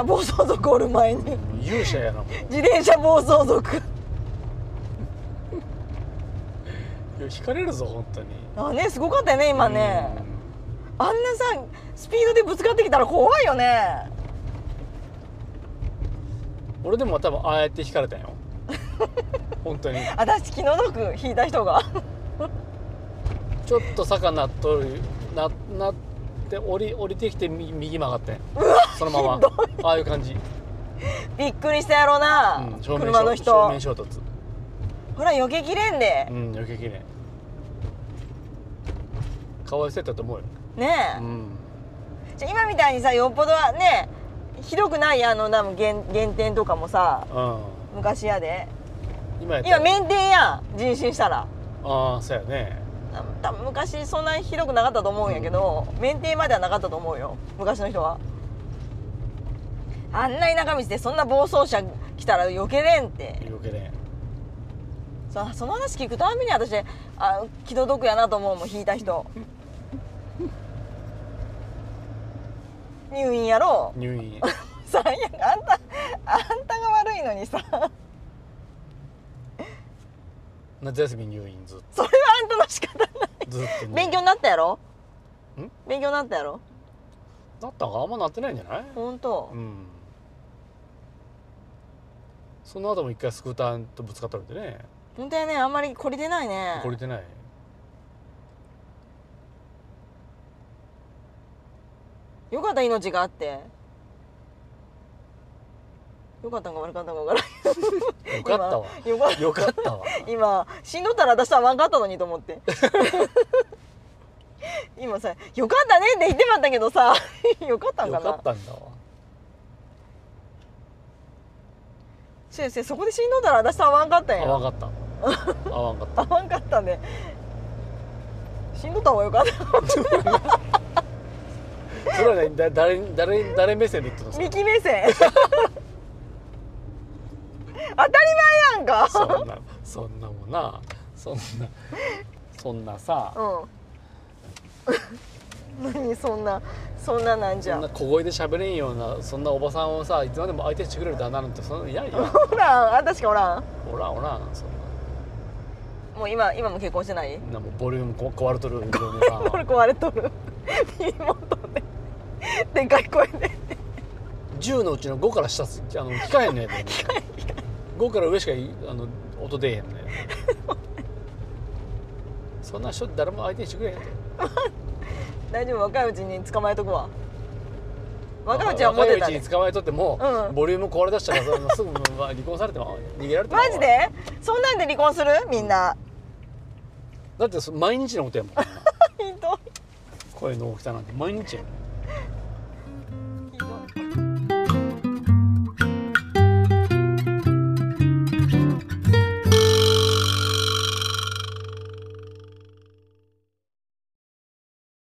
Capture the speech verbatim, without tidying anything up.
暴走族おる前に勇者やなもん。 自転車暴走族いや引かれるぞ本当に。 あねすごかったよね今ね。あんなさスピードでぶつかってきたら怖いよね。 俺でも多分ああやって引かれたんよ本当に。 私気の毒引いた人がちょっと坂なっとるななって降り降りてきて右右曲がってんそのままああいう感じ。 びっくりしたやろな、 うん、正面車の人正面衝突。 ほら避けきれんで、 うん余計きれん。かわいそうやったと思うよ。 ねえ、 うん、 じゃ今みたいにさよっぽどはねひどくないあの多分減減点とかもさうん、 昔やで。 今やったら今免停やん人身したら。 ああそうやね。 多分昔そんなにひどくなかったと思うんやけど、うん、免停まではなかったと思うよ昔の人は。あんな田舎道でそんな暴走車来たら避けれんって。 避けれん。 そ, その話聞くたびに私あ気の毒やなと思うもん引いた人入院やろ入院最悪あんたあんたが悪いのにさ夏休み入院ずっと。 それはあんたの仕方ないずっと、ね、 勉強になったやろ。 ん勉強になったやろ。 なったんかあんまなってないんじゃない。 本当。 うん。その後も一回スクーターとぶつかったんでね。 本当やねあんまり懲りてないね。 懲りてない。 よかった命があって。よかったんか悪かったんか分からんよかったわよかったよかったわ今死んどったら私は分かったのにと思って今さ「よかったね」って言ってまったけどさよかったんかな。 よかったんだわ。 先生そこで死んどったら私は分かったんや。 あわかったあわんかったあ分かったね。死んどった方がよかったそれはねだ誰誰誰目線で言ってたの。 ミキ目線当たり前やんか。 そんなそんなもんなそんなそんなさ、 うん何そんなそんななんじゃそんな小声で喋れんようなそんなおばさんをさいつまでも相手してくれる旦那なんてそんな嫌よ。 おらんあんたしかおらん。 おらんおらんそんもう今今も結婚してない。 ななもうボリュームこ壊れとる嫁さんこれ壊れとる妹ででかい声でじゅうのうちのごから下すあの聞かへんねんねごから上しかいあの音出えへんねそんな人誰も相手にしてくれへんと。 大丈夫若いうちに捕まえとくわ。若いうちはモテたで。 若いうちに捕まえとっても、 うん、 ボリューム壊れだしたらそのすぐ離婚されても逃げられてもマジでそんなんで離婚するみんな。 だって毎日のことやもんひどい。 声の大きさなんて毎日やもん。